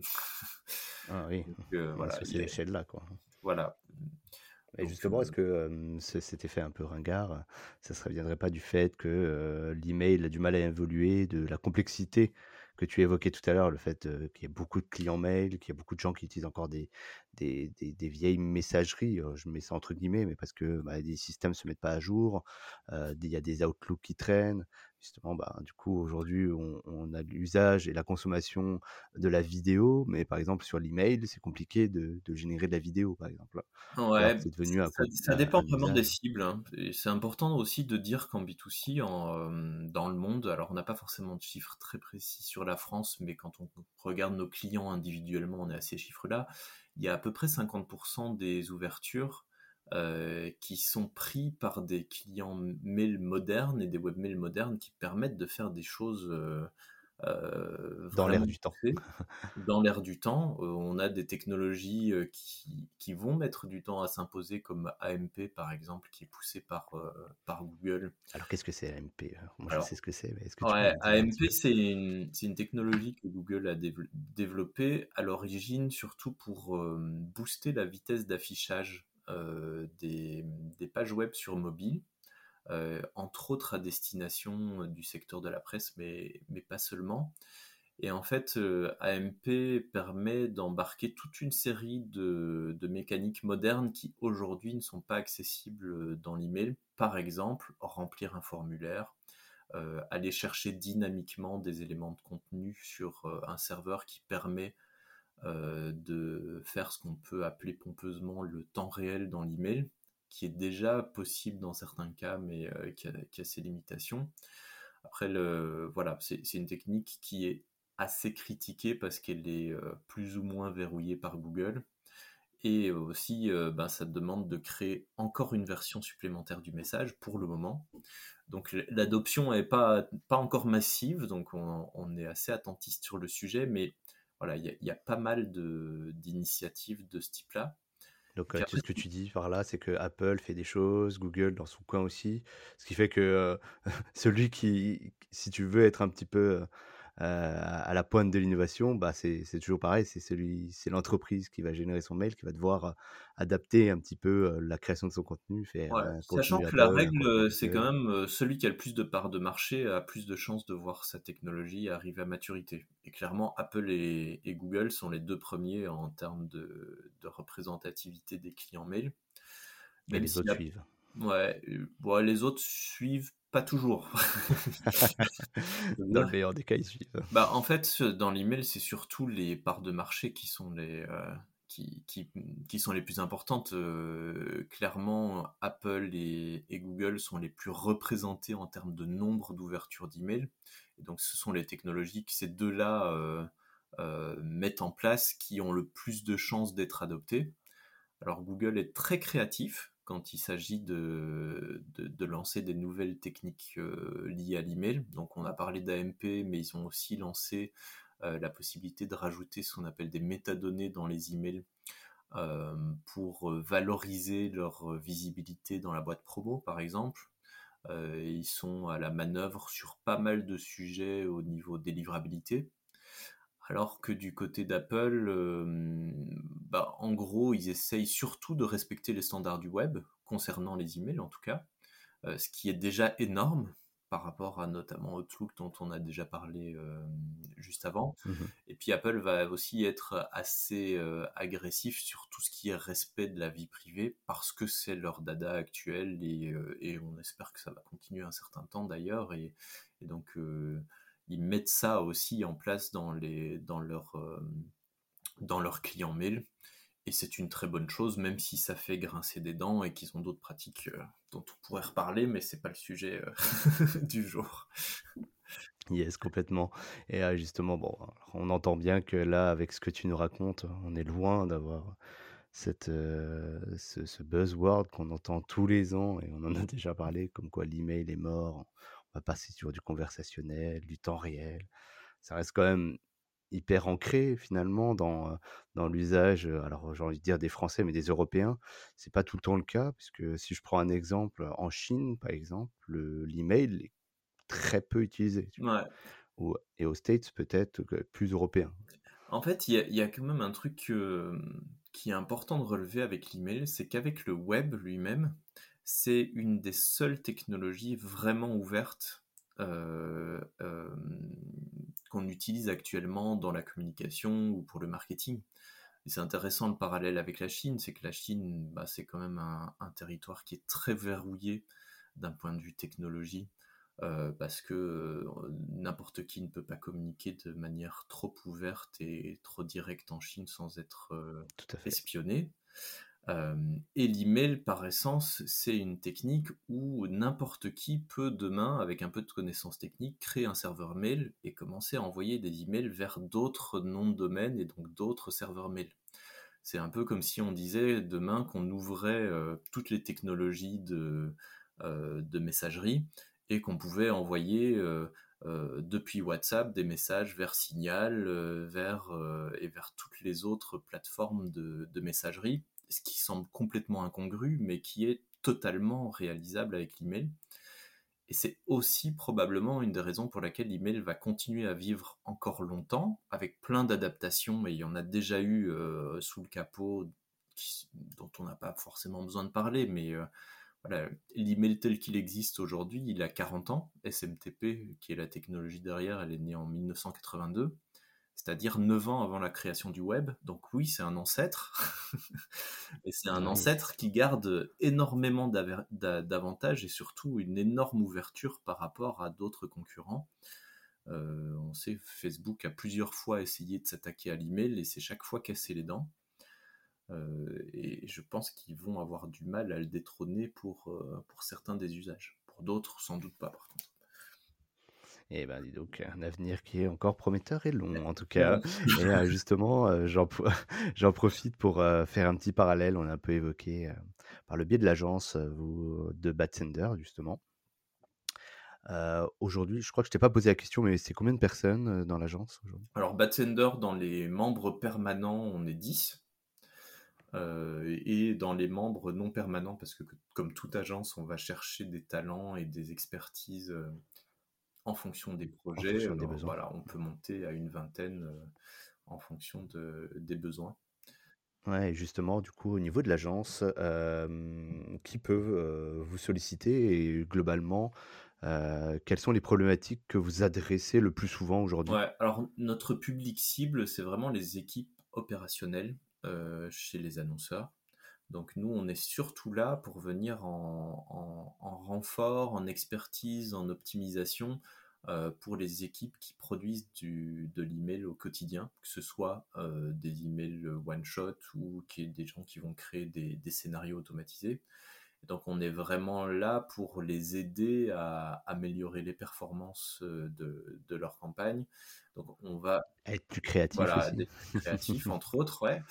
Ah oui, Donc euh, on est voilà, sur il y ces a- échelles-là, quoi. voilà. Et Donc justement, est-ce euh, que euh, ce- cet effet un peu ringard, euh, ça ne reviendrait pas du fait que euh, l'email a du mal à évoluer, de la complexité que tu évoquais tout à l'heure, le fait euh, qu'il y ait beaucoup de clients mail, qu'il y a beaucoup de gens qui utilisent encore des, des, des- des vieilles messageries, euh, je mets ça entre guillemets, mais parce que bah, des systèmes ne se mettent pas à jour, euh, des- il y a des Outlook qui traînent. Justement, bah, du coup, aujourd'hui, on, on a l'usage et la consommation de la vidéo, mais par exemple, sur l'email, c'est compliqué de, de générer de la vidéo, par exemple. Alors que Ouais, c'est devenu un, ça, co- ça un, dépend un vraiment des usage. cibles, hein. Et c'est important aussi de dire qu'en B deux C, en, euh, dans le monde, alors on n'a pas forcément de chiffres très précis sur la France, mais quand on regarde nos clients individuellement, on est à ces chiffres-là. Il y a à peu près cinquante pour cent des ouvertures euh, qui sont pris par des clients mail modernes et des webmails modernes qui permettent de faire des choses euh, euh, Dans l'air vraiment du temps. poussées dans l'air du temps. Euh, on a des technologies euh, qui, qui vont mettre du temps à s'imposer, comme A M P par exemple, qui est poussé par, euh, par Google. Alors qu'est-ce que c'est A M P? Moi je sais Alors, ce que c'est, mais est-ce que tu peux ouais, m'en dire un petit A M P, peu? c'est une, c'est une technologie que Google a dév- développée à l'origine, surtout pour euh, booster la vitesse d'affichage euh, des, des pages web sur mobile. Euh, entre autres à destination du secteur de la presse, mais, mais pas seulement. Et en fait, euh, A M P permet d'embarquer toute une série de, de mécaniques modernes qui aujourd'hui ne sont pas accessibles dans l'email. Par exemple, remplir un formulaire, euh, aller chercher dynamiquement des éléments de contenu sur euh, un serveur qui permet euh, de faire ce qu'on peut appeler pompeusement le temps réel dans l'email, qui est déjà possible dans certains cas, mais euh, qui, a, qui a ses limitations. Après, le, voilà, c'est c'est une technique qui est assez critiquée parce qu'elle est euh, plus ou moins verrouillée par Google. Et aussi, euh, ben, ça demande de créer encore une version supplémentaire du message pour le moment. Donc l- l'adoption n'est pas, pas encore massive, donc on, on est assez attentiste sur le sujet, mais voilà, il y, a- il y a pas mal de, d'initiatives de ce type-là. Et Donc puis euh, tout après, ce que tu dis par là, c'est que Apple fait des choses, Google dans son coin aussi, ce qui fait que euh, celui qui, si tu veux être un petit peu à à la pointe de l'innovation, bah, c'est c'est toujours pareil, c'est celui c'est l'entreprise qui va générer son mail, qui va devoir, heu, adapter un petit peu, heu, la création de son contenu, faire Ouais, un sachant contenu que la Apple, un règle, contenu heu, c'est quand Google. même, heu, celui qui a le plus de parts de marché a plus de chances de voir sa technologie arriver à maturité. Et clairement, Apple et et Google sont les deux premiers en termes de de représentativité des clients mail. Et Même les si autres la suivent. ouais, heu, ouais, les autres suivent pas toujours. Dans C'est-à-dire le meilleur des cas, ils suivent. bah, en fait, dans l'email, c'est surtout les parts de marché qui sont les, heu, qui qui, mmh, qui sont les plus importantes. Heu, clairement, Apple et et Google sont les plus représentés en termes de nombre d'ouvertures d'email. Et donc ce sont les technologies que ces deux-là, heu heu, mettent en place qui ont le plus de chances d'être adoptées. Alors Google est très créatif quand il s'agit de, de, de lancer des nouvelles techniques euh, liées à l'email. Donc on a parlé d'A M P, mais ils ont aussi lancé euh, la possibilité de rajouter ce qu'on appelle des métadonnées dans les emails euh, pour euh, valoriser leur visibilité dans la boîte promo, par exemple. Euh, ils sont à la manœuvre sur pas mal de sujets au niveau délivrabilité. Alors que du côté d'Apple, euh, bah, en gros, ils essayent surtout de respecter les standards du web, concernant les emails en tout cas, euh, ce qui est déjà énorme par rapport à notamment Outlook dont on a déjà parlé euh, juste avant. Mmh. Et puis Apple va aussi être assez euh, agressif sur tout ce qui est respect de la vie privée parce que c'est leur dada actuel et, euh, et on espère que ça va continuer un certain temps d'ailleurs. Et, et donc euh, ils mettent ça aussi en place dans, les, dans, leur, euh, dans leur client mail. Et c'est une très bonne chose, même si ça fait grincer des dents et qu'ils ont d'autres pratiques euh, dont on pourrait reparler, mais c'est pas le sujet euh, du jour. Yes, complètement. Et heu, justement, bon, alors on entend bien que là, avec ce que tu nous racontes, on est loin d'avoir cette, heu, ce ce buzzword qu'on entend tous les ans et on en a déjà parlé, comme quoi l'email est mort. On va passer sur du conversationnel, du temps réel. Ça reste quand même hyper ancré finalement dans, heu, dans l'usage, heu, alors j'ai envie de dire des Français, mais des Européens. C'est pas tout le temps le cas puisque si je prends un exemple, en Chine, par exemple, le l'email est très peu utilisé, tu vois? Ouais. Ou et aux States peut-être que plus européen. En fait, il y a, il y a quand même un truc euh, qui est important de relever avec l'email, c'est qu'avec le web lui-même, c'est une des seules technologies vraiment ouvertes euh, euh, qu'on utilise actuellement dans la communication ou pour le marketing. Et c'est intéressant le parallèle avec la Chine, c'est que la Chine, bah, c'est quand même un, un territoire qui est très verrouillé d'un point de vue technologie, euh, parce que euh, n'importe qui ne peut pas communiquer de manière trop ouverte et trop directe en Chine sans être euh, Tout à fait. espionné. Euh, et l'email, par essence, c'est une technique où n'importe qui peut demain, avec un peu de connaissances techniques, créer un serveur mail et commencer à envoyer des emails vers d'autres noms de domaine et donc d'autres serveurs mail. C'est un peu comme si on disait demain qu'on ouvrait euh, toutes les technologies de, euh, de messagerie et qu'on pouvait envoyer euh, euh, depuis WhatsApp des messages vers Signal euh, vers, euh, et vers toutes les autres plateformes de, de messagerie, ce qui semble complètement incongru, mais qui est totalement réalisable avec l'email. Et c'est aussi probablement une des raisons pour laquelle l'email va continuer à vivre encore longtemps, avec plein d'adaptations, et il y en a déjà eu euh, sous le capot qui, dont on n'a pas forcément besoin de parler, mais euh, voilà, l'email tel qu'il existe aujourd'hui, il a quarante ans. S M T P, qui est la technologie derrière, elle est née en mille neuf cent quatre-vingt-deux, c'est-à-dire neuf ans avant la création du web. Donc oui, c'est un ancêtre, et c'est un Ah oui. ancêtre qui garde énormément d'aver- d'a- d'avantages et surtout une énorme ouverture par rapport à d'autres concurrents. Euh, on sait Facebook a plusieurs fois essayé de s'attaquer à l'email et c'est chaque fois cassé les dents. Euh, et je pense qu'ils vont avoir du mal à le détrôner pour, euh, pour certains des usages. Pour d'autres, sans doute pas par contre. Et ben, dis donc, un avenir qui est encore prometteur et long, en tout C'est vrai. cas. Et heu, justement, heu, j'en po j'en profite pour, heu, faire un petit parallèle. On a un peu évoqué, heu, par le biais de l'agence, heu, vous de Batsender, justement. Heu, aujourd'hui, je crois que je t'ai pas posé la question, mais c'est combien de personnes, heu, dans l'agence aujourd'hui? Alors, Batsender, dans les membres permanents, on est dix. Euh, et dans les membres non permanents, parce que comme toute agence, on va chercher des talents et des expertises euh, en fonction des En projets, fonction euh, des besoins. voilà, on peut monter à une vingtaine euh, en fonction de, des besoins. Ouais, et justement, du coup, au niveau de l'agence, hem, qui peut, heu, vous solliciter et globalement, heu, quelles sont les problématiques que vous adressez le plus souvent aujourd'hui? Ouais, alors notre public cible, c'est vraiment les équipes opérationnelles euh, chez les annonceurs. Donc nous, on est surtout là pour venir en, en- en renfort, en expertise, en optimisation euh, pour les équipes qui produisent du, de l'email au quotidien, que ce soit euh, des emails one-shot ou qui est des gens qui vont créer des, des scénarios automatisés. Donc on est vraiment là pour les aider à améliorer les performances euh, de, de leur campagne. Donc on va À être plus créatif voilà, aussi? d'être plus créatif, entre autres, ouais.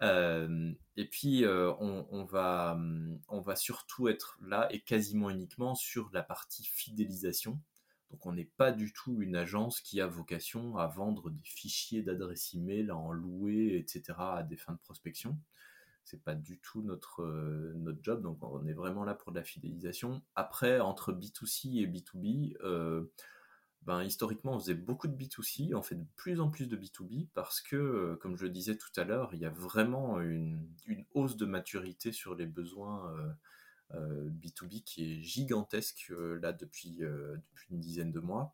Euh, et puis, euh, on, on va, hum, on va surtout être là et quasiment uniquement sur la partie fidélisation. Donc, on n'est pas du tout une agence qui a vocation à vendre des fichiers d'adresse email, à en louer, et cetera, à des fins de prospection. C'est pas du tout notre, euh, notre job. Donc, on est vraiment là pour de la fidélisation. Après, entre B deux C et B deux B, euh, ben, historiquement, on faisait beaucoup de B deux C, on fait de plus en plus de B deux B parce que, euh, comme je le disais tout à l'heure, il y a vraiment une, une hausse de maturité sur les besoins euh, euh, B deux B qui est gigantesque euh, là depuis, euh, depuis une dizaine de mois.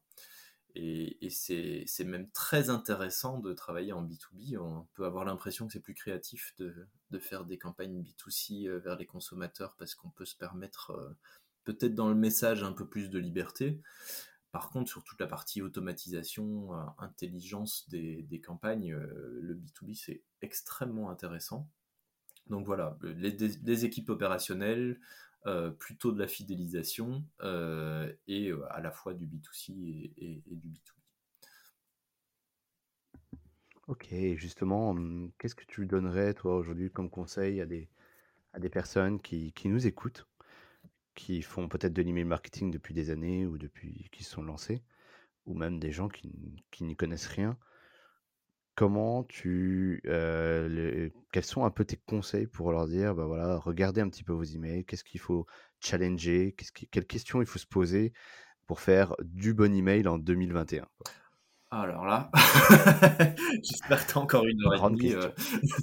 Et, et c'est, c'est même très intéressant de travailler en B deux B. On peut avoir l'impression que c'est plus créatif de, de faire des campagnes B deux C euh, vers les consommateurs parce qu'on peut se permettre euh, peut-être dans le message un peu plus de liberté. Par contre, sur toute la partie automatisation, euh, intelligence des, des campagnes, euh, le B deux B, c'est extrêmement intéressant. Donc voilà, les, les équipes opérationnelles, euh, plutôt de la fidélisation, euh, et euh, à la fois du B deux C et, et- et du B deux B. OK, et justement, mmh, qu'est-ce que tu donnerais toi aujourd'hui comme conseil à des à des personnes qui qui nous écoutent, qui font peut-être de l'email marketing depuis des années ou depuis qu'ils se sont lancés, ou même des gens qui n qui n'y connaissent rien? Comment tu, heu, les quels sont un peu tes conseils pour leur dire: «Bah, voilà, regardez un petit peu vos emails, qu'est-ce qu'il faut challenger? Qu'est-ce qui quelles questions il faut se poser pour faire du bon email en deux mille vingt et un, quoi?» Alors là, j'espère que tu as encore une heure et Grande demie. euh. question.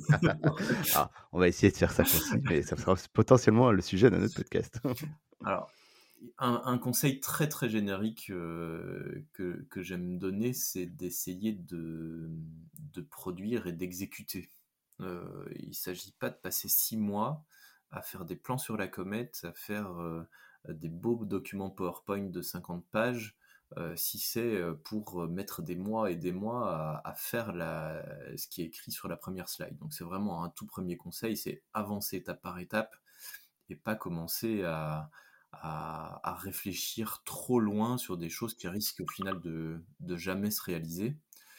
Ah, on va essayer de faire ça concis, mais ça sera potentiellement le sujet d'un autre podcast. Alors, un, un conseil très très générique euh, que, que j'aime donner, c'est d'essayer de, de produire et d'exécuter. Euh, il ne s'agit pas de passer six mois à faire des plans sur la comète, à faire euh, des beaux documents PowerPoint de cinquante pages, euh, si c'est euh, pour mettre des mois et des mois à, à faire la, ce qui est écrit sur la première slide. Donc c'est vraiment un tout premier conseil, c'est avancer étape par étape et pas commencer à, à, à réfléchir trop loin sur des choses qui risquent au final de, de jamais se réaliser.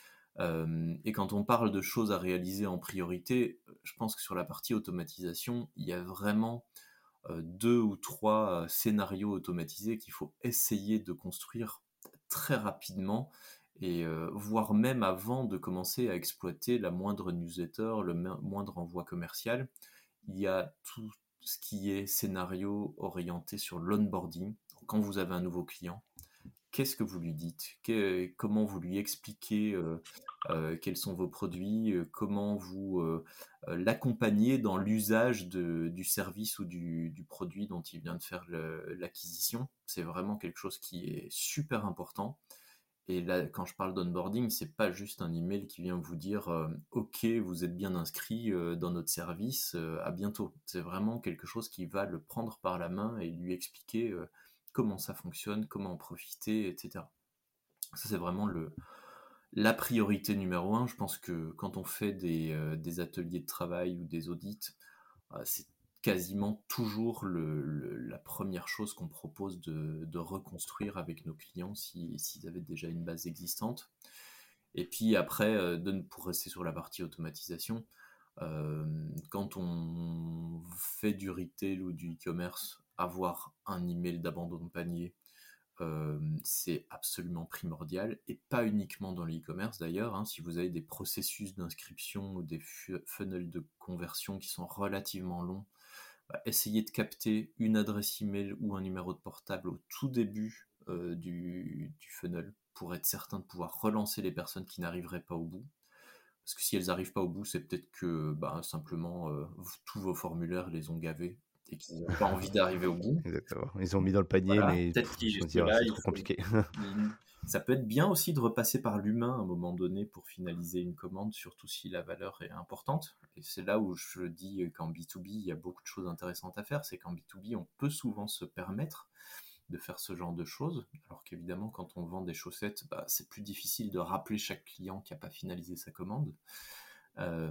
Euh, et quand on parle de choses à réaliser en priorité, je pense que sur la partie automatisation, il y a vraiment euh, deux ou trois euh, scénarios automatisés qu'il faut essayer de construire très rapidement et euh, voire même avant de commencer à exploiter la moindre newsletter, le moindre envoi commercial. Il y a tout ce qui est scénario orienté sur l'onboarding. Quand vous avez un nouveau client, qu'est-ce que vous lui dites? Que- Comment vous lui expliquez euh, euh, quels sont vos produits? euh, Comment vous euh, euh, l'accompagnez dans l'usage de- du service ou du, du produit dont il vient de faire le- l'acquisition? C'est vraiment quelque chose qui est super important. Et là, quand je parle d'onboarding, c'est pas juste un email qui vient vous dire euh, OK, vous êtes bien inscrit euh, dans notre service, euh, à bientôt. C'est vraiment quelque chose qui va le prendre par la main et lui expliquer euh, comment ça fonctionne, comment en profiter, et cetera. Ça, c'est vraiment le, la priorité numéro un. Je pense que quand on fait des, euh, des ateliers de travail ou des audits, euh, c'est quasiment toujours le, le- la première chose qu'on propose de, de reconstruire avec nos clients si- s'ils avaient déjà une base existante. Et puis après, euh, de- pour rester sur la partie automatisation, euh, quand on fait du retail ou du e-commerce, avoir un email d'abandon de panier, euh, c'est absolument primordial, et pas uniquement dans le e-commerce d'ailleurs. Hein. Si vous avez des processus d'inscription ou des fu- funnels de conversion qui sont relativement longs, bah, essayez de capter une adresse email ou un numéro de portable au tout début euh, du, du funnel pour être certain de pouvoir relancer les personnes qui n'arriveraient pas au bout. Parce que si elles n'arrivent pas au bout, c'est peut-être que bah, simplement euh, tous vos formulaires les ont gavés et qu'ils n'ont pas envie d'arriver au bout. Exactement. Ils ont mis dans le panier, Voilà, mais peut-être pff, ils se que sont dit, ah, ceux-là, c'est il trop faut. compliqué. il- Ça peut être bien aussi de repasser par l'humain à un moment donné pour finaliser une commande, surtout si la valeur est importante. Et c'est là où je dis qu'en B deux B, il y a beaucoup de choses intéressantes à faire. C'est qu'en B deux B, on peut souvent se permettre de faire ce genre de choses. Alors qu'évidemment, quand on vend des chaussettes, bah, c'est plus difficile de rappeler chaque client qui n'a pas finalisé sa commande. Euh,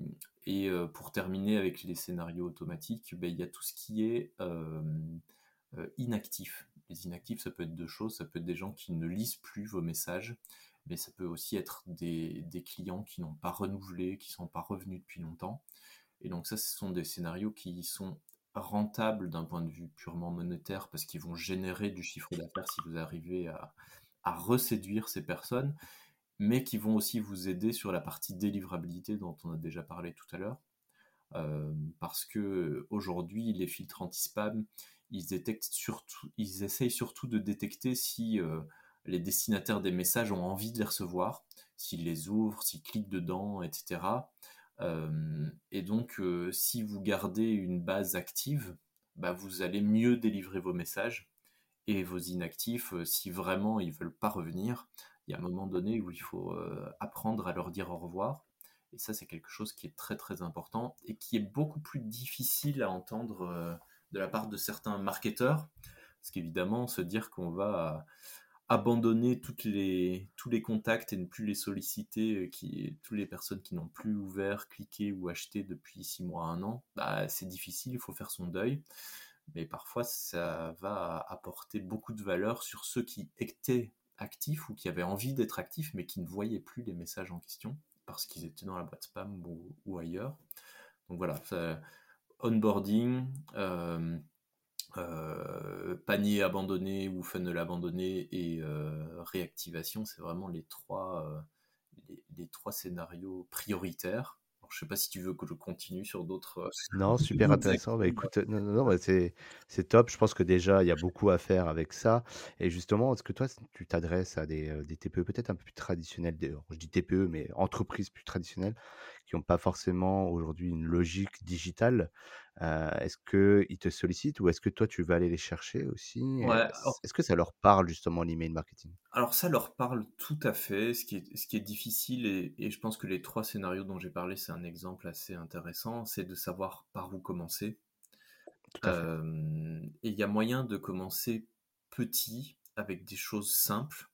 et euh, pour terminer avec les scénarios automatiques, ben, il y a tout ce qui est euh, euh, inactif. Les inactifs, ça peut être deux choses. Ça peut être des gens qui ne lisent plus vos messages, mais ça peut aussi être des, des clients qui n'ont pas renouvelé, qui ne sont pas revenus depuis longtemps. Et donc ça, ce sont des scénarios qui sont rentables d'un point de vue purement monétaire parce qu'ils vont générer du chiffre d'affaires si vous arrivez à, à reséduire ces personnes, mais qui vont aussi vous aider sur la partie délivrabilité dont on a déjà parlé tout à l'heure. Euh, parce que aujourd'hui, les filtres anti-spam, ils détectent surtout, ils essayent surtout de détecter si euh, les destinataires des messages ont envie de les recevoir, s'ils les ouvrent, s'ils cliquent dedans, et cetera. Euh, et donc, euh, si vous gardez une base active, bah, vous allez mieux délivrer vos messages et vos inactifs, euh, si vraiment ils veulent pas revenir, il y a un moment donné où il faut euh, apprendre à leur dire au revoir. Et ça, c'est quelque chose qui est très très important et qui est beaucoup plus difficile à entendre euh, de la part de certains marketeurs. Parce qu'évidemment, se dire qu'on va abandonner toutes les, tous les contacts et ne plus les solliciter, euh, qui, toutes les personnes qui n'ont plus ouvert, cliqué ou acheté depuis six mois, un an, bah, c'est difficile, il faut faire son deuil. Mais parfois, ça va apporter beaucoup de valeur sur ceux qui étaient actifs ou qui avaient envie d'être actifs, mais qui ne voyaient plus les messages en question parce qu'ils étaient dans la boîte spam ou, ou ailleurs. Donc voilà, ça, onboarding, euh, euh, panier abandonné ou funnel abandonné et euh, réactivation, c'est vraiment les trois, euh, les, les trois scénarios prioritaires. Alors, je sais pas si tu veux que je continue sur d'autres euh, Non, super d'autres intéressant. Bah, actions. écoute, euh, non, non, non, bah, c'est, c'est top. Je pense que déjà, il y a beaucoup à faire avec ça. Et justement, est-ce que toi, tu t'adresses à des, euh, des T P E peut-être un peu plus traditionnelles, des- je dis T P E, mais entreprises plus traditionnelles, qui n'ont pas forcément aujourd'hui une logique digitale. Euh, est-ce qu'ils te sollicitent ou est-ce que toi, tu vas aller les chercher aussi? Ouais, Est-ce est-ce que ça leur parle justement l'email marketing? alors ça leur parle tout à fait. Ce qui est, ce qui est difficile, et, et je pense que les trois scénarios dont j'ai parlé, c'est un exemple assez intéressant, c'est de savoir par où commencer. Tout à fait. Euh, et il y a moyen de commencer petit, avec des choses simples.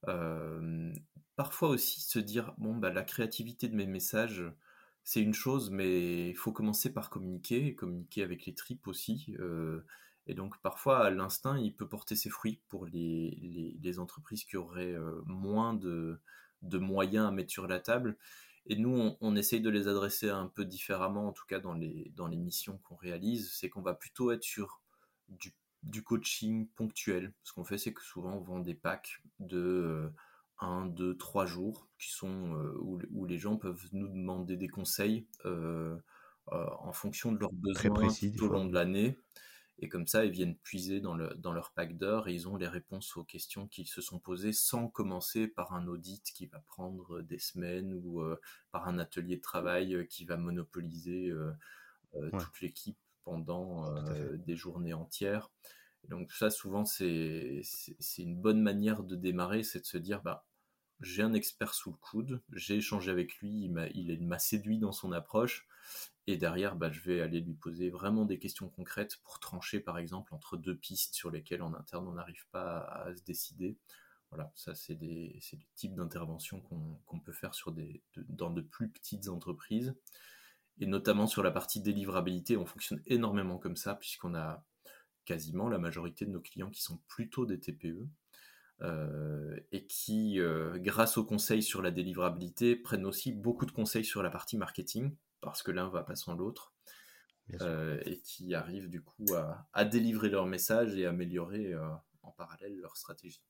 Euh, Parfois aussi se dire, bon, bah, la créativité de mes messages, c'est une chose, mais il faut commencer par communiquer, et communiquer avec les tripes aussi. Euh, et donc parfois, l'instinct, il peut porter ses fruits pour les, les, les entreprises qui auraient euh, moins de, de moyens à mettre sur la table. Et nous, on, on essaye de les adresser un peu différemment, en tout cas dans les, dans les missions qu'on réalise. C'est qu'on va plutôt être sur du, du coaching ponctuel. Ce qu'on fait, c'est que souvent, on vend des packs de euh, un, deux, trois jours qui sont, euh, où, où les gens peuvent nous demander des conseils euh, euh, en fonction de leurs Très besoins précis des tout au fois. long de l'année. Et comme ça, ils viennent puiser dans, le, dans leur pack d'heures et ils ont les réponses aux questions qu'ils se sont posées sans commencer par un audit qui va prendre des semaines ou euh, par un atelier de travail euh, qui va monopoliser euh, euh, Ouais, toute l'équipe pendant tout à fait. euh, des journées entières. Et donc ça, souvent, c'est c'est c'est une bonne manière de démarrer, c'est de se dire, bah, j'ai un expert sous le coude, j'ai échangé avec lui, il m'a il m'a séduit dans son approche, et derrière, bah, je vais aller lui poser vraiment des questions concrètes pour trancher, par exemple, entre deux pistes sur lesquelles en interne on n'arrive pas à, à se décider. Voilà, ça c'est des, c'est des types d'interventions qu'on qu'on peut faire sur des, de- dans de plus petites entreprises. Et notamment sur la partie délivrabilité, on fonctionne énormément comme ça, puisqu'on a quasiment la majorité de nos clients qui sont plutôt des T P E. Euh, et qui, euh, grâce aux conseils sur la délivrabilité, prennent aussi beaucoup de conseils sur la partie marketing, parce que l'un va pas sans l'autre, Bien sûr. euh, et qui arrivent du coup à, à délivrer leur message et améliorer euh, en parallèle leur stratégie.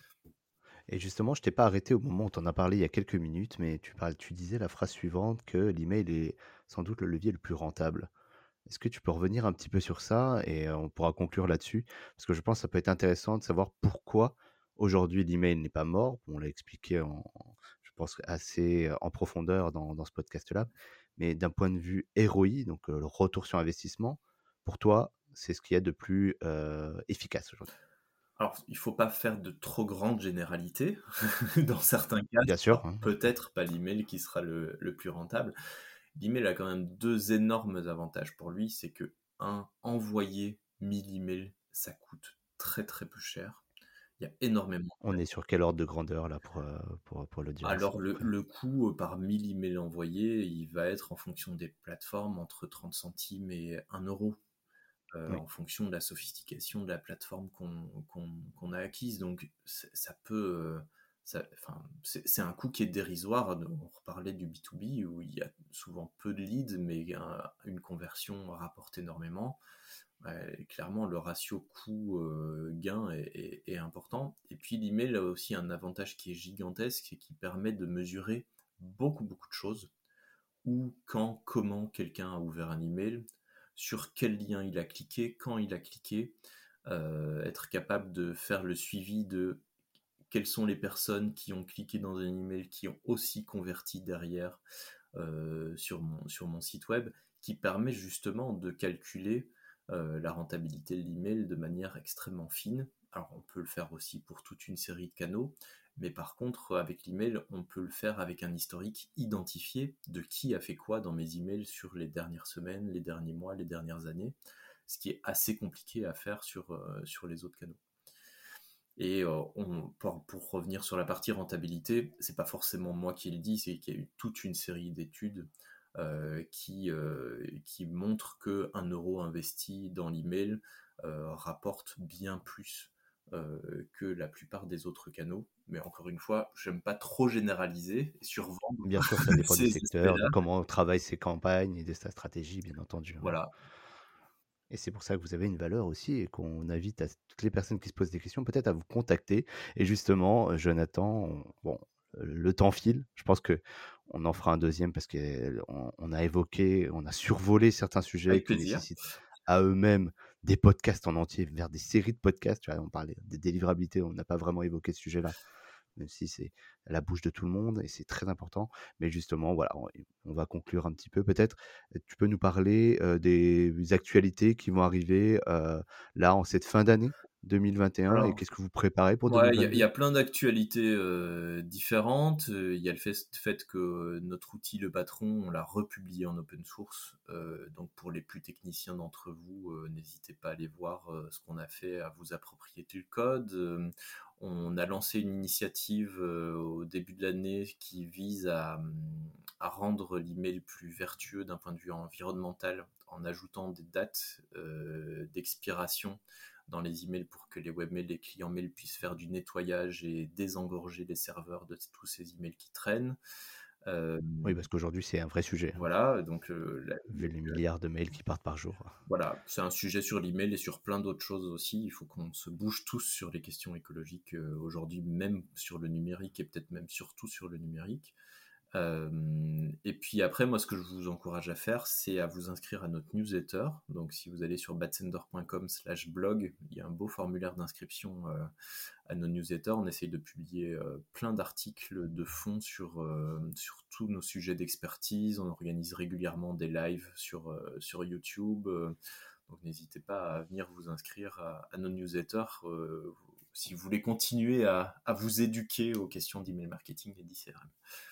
Et justement, je t'ai pas arrêté au moment où tu en as parlé il y a quelques minutes, mais tu parles, tu disais la phrase suivante que l'email est sans doute le levier le plus rentable. Est-ce que tu peux revenir un petit peu sur ça et heu, on pourra conclure là-dessus? Parce que je pense que ça peut être intéressant de savoir pourquoi aujourd'hui l'email n'est pas mort. On l'a expliqué en en je pense assez, heu, en profondeur dans dans ce podcast-là. Mais d'un point de vue R O I, donc heu, le retour sur investissement, pour toi, c'est ce qu'il y a de plus, heu, efficace aujourd'hui? Alors, il faut pas faire de trop grandes généralités. Dans certains cas, Bien ce sûr, sera hein. peut-être pas l'email qui sera le le plus rentable. L'email a quand même deux énormes avantages pour lui, c'est que un, envoyer mille emails, ça coûte très, très peu cher. Il y a énormément On est sur quel ordre de grandeur là pour, heu, pour, pour l'audience à Alors peu le près? le coût, heu, par mille emails envoyés, il va être en fonction des plateformes entre trente centimes et un euro heu, Oui, en fonction de la sophistication de la plateforme qu'on qu'on qu'on a acquise. Donc c'est ça peut, heu, ça enfin, c'est c'est un coût qui est dérisoire. On reparlait du B deux B où il y a souvent peu de leads, mais un une conversion rapporte énormément. Ouais, clairement, le ratio coût, heu, gain est est est important. Et puis l'email a aussi un avantage qui est gigantesque et qui permet de mesurer beaucoup, beaucoup de choses. Où, quand, comment quelqu'un a ouvert un email, sur quel lien il a cliqué, quand il a cliqué, heu, être capable de faire le suivi de quelles sont les personnes qui ont cliqué dans un email, qui ont aussi converti derrière, heu, sur mon sur mon site web, qui permet justement de calculer, heu, la rentabilité de l'email de manière extrêmement fine. Alors on peut le faire aussi pour toute une série de canaux, mais par contre avec l'email, on peut le faire avec un historique identifié de qui a fait quoi dans mes emails sur les dernières semaines, les derniers mois, les dernières années, ce qui est assez compliqué à faire sur, heu, sur les autres canaux. Et euh, on, pour, pour revenir sur la partie rentabilité, c'est pas forcément moi qui le dis, c'est qu'il y a eu toute une série d'études euh, qui, euh, qui montrent que un euro investi dans l'email euh, rapporte bien plus euh, que la plupart des autres canaux. Mais encore une fois, j'aime pas trop généraliser et survendre bien sûr, ça dépend des ces secteurs, de aspects-là. comment on travaille ses campagnes et de sa stratégie, bien entendu, hein. Voilà. Et c'est pour ça que vous avez une valeur aussi et qu'on invite à toutes les personnes qui se posent des questions peut-être à vous contacter. Et justement, heu, Jonathan, on bon, heu, le temps file. Je pense qu'on en fera un deuxième parce qu'on on a évoqué, on a survolé certains sujets Avec qui plaisir. nécessitent à eux-mêmes des podcasts en entier, vers des séries de podcasts. Tu vois, on parlait des délivrabilités, on n'a pas vraiment évoqué ce sujet-là, même si c'est à la bouche de tout le monde et c'est très important. Mais justement, voilà, on, on va conclure un petit peu. Peut-être, euh, tu peux nous parler euh, des actualités qui vont arriver euh, là en cette fin d'année deux mille vingt et un et un et Alors, qu'est-ce que vous préparez pour ouais, il y, a il y deux mille vingt-deux? a plein d'actualités euh, différentes. Euh, Il y a le fait, fait que notre outil, le patron, on l'a republié en open source. Euh, donc pour les plus techniciens d'entre vous, euh, n'hésitez pas à aller voir euh, ce qu'on a fait, à vous approprier tout le code. Euh, on a lancé une initiative euh, au début de l'année qui vise à, à rendre l'email plus vertueux d'un point de vue environnemental en ajoutant des dates euh, d'expiration dans les emails pour que les webmails, les clients mails puissent faire du nettoyage et désengorger les serveurs de tous ces emails qui traînent. Euh, Oui, parce qu'aujourd'hui, c'est un vrai sujet, hein, voilà, donc euh, la- vu les milliards de mails qui partent par jour. voilà, c'est un sujet sur l'email et sur plein d'autres choses aussi. Il faut qu'on se bouge tous sur les questions écologiques euh, aujourd'hui, même sur le numérique et peut-être même surtout sur le numérique. Euh, et puis après, moi, ce que je vous encourage à faire, c'est à vous inscrire à notre newsletter. Donc, si vous allez sur batsender point com slash blog, il y a un beau formulaire d'inscription euh, à nos newsletters. On essaye de publier euh, plein d'articles de fond sur, euh, sur tous nos sujets d'expertise. On organise régulièrement des lives sur, euh, sur YouTube. Euh, donc, n'hésitez pas à venir vous inscrire à, à nos newsletters euh, si vous voulez continuer à, à vous éduquer aux questions d'email marketing et d'I C R M.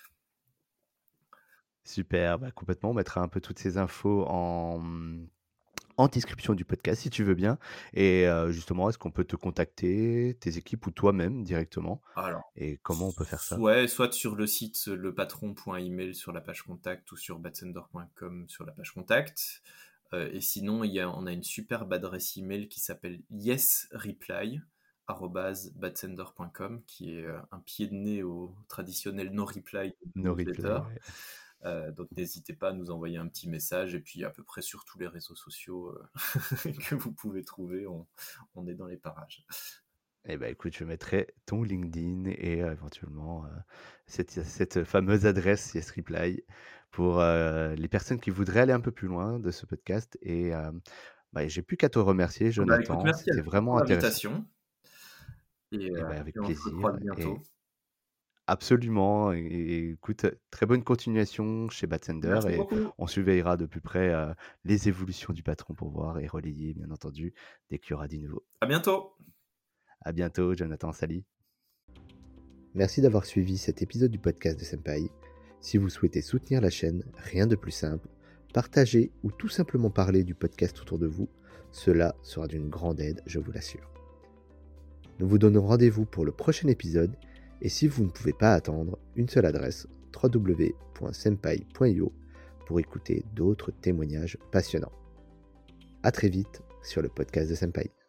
Super, bah, complètement. On mettra un peu toutes ces infos en, mmh, en description du podcast si tu veux bien. Et euh, justement, est-ce qu'on peut te contacter, tes équipes ou toi-même directement? Alors, Et comment on peut faire ça? ouais, soit sur le site lepatron point email sur la page contact ou sur batsender point com sur la page contact. Euh, et sinon, il y a, on a une superbe adresse email qui s'appelle yesreply arobase batsender point com qui est euh, un pied de nez au traditionnel no reply de No nos newsletter. reply, ouais. Euh, donc n'hésitez pas à nous envoyer un petit message et puis à peu près sur tous les réseaux sociaux euh, que vous pouvez trouver, on, on est dans les parages. Eh ben écoute, je mettrai ton LinkedIn et euh, éventuellement euh, cette, cette fameuse adresse Yes Reply pour euh, les personnes qui voudraient aller un peu plus loin de ce podcast. Et euh, bah, j'ai plus qu'à te remercier, Bah, écoute, Jonathan. merci à C'était toi vraiment pour intéressant. l'invitation et, Et euh, ben avec et on se plaisir. recroise Et bientôt. absolument. Et, et écoute, très bonne continuation chez Batsender Merci et beaucoup. on surveillera de plus près euh, les évolutions du patron pour voir et relayer, bien entendu, dès qu'il y aura du nouveau. À bientôt. À bientôt, Jonathan. Salut. Merci d'avoir suivi cet épisode du podcast de Senpai. Si vous souhaitez soutenir la chaîne, rien de plus simple, partager ou tout simplement parler du podcast autour de vous, cela sera d'une grande aide, je vous l'assure. Nous vous donnons rendez-vous pour le prochain épisode et si vous ne pouvez pas attendre, une seule adresse w w w point senpai point i o pour écouter d'autres témoignages passionnants. A très vite sur le podcast de Senpai.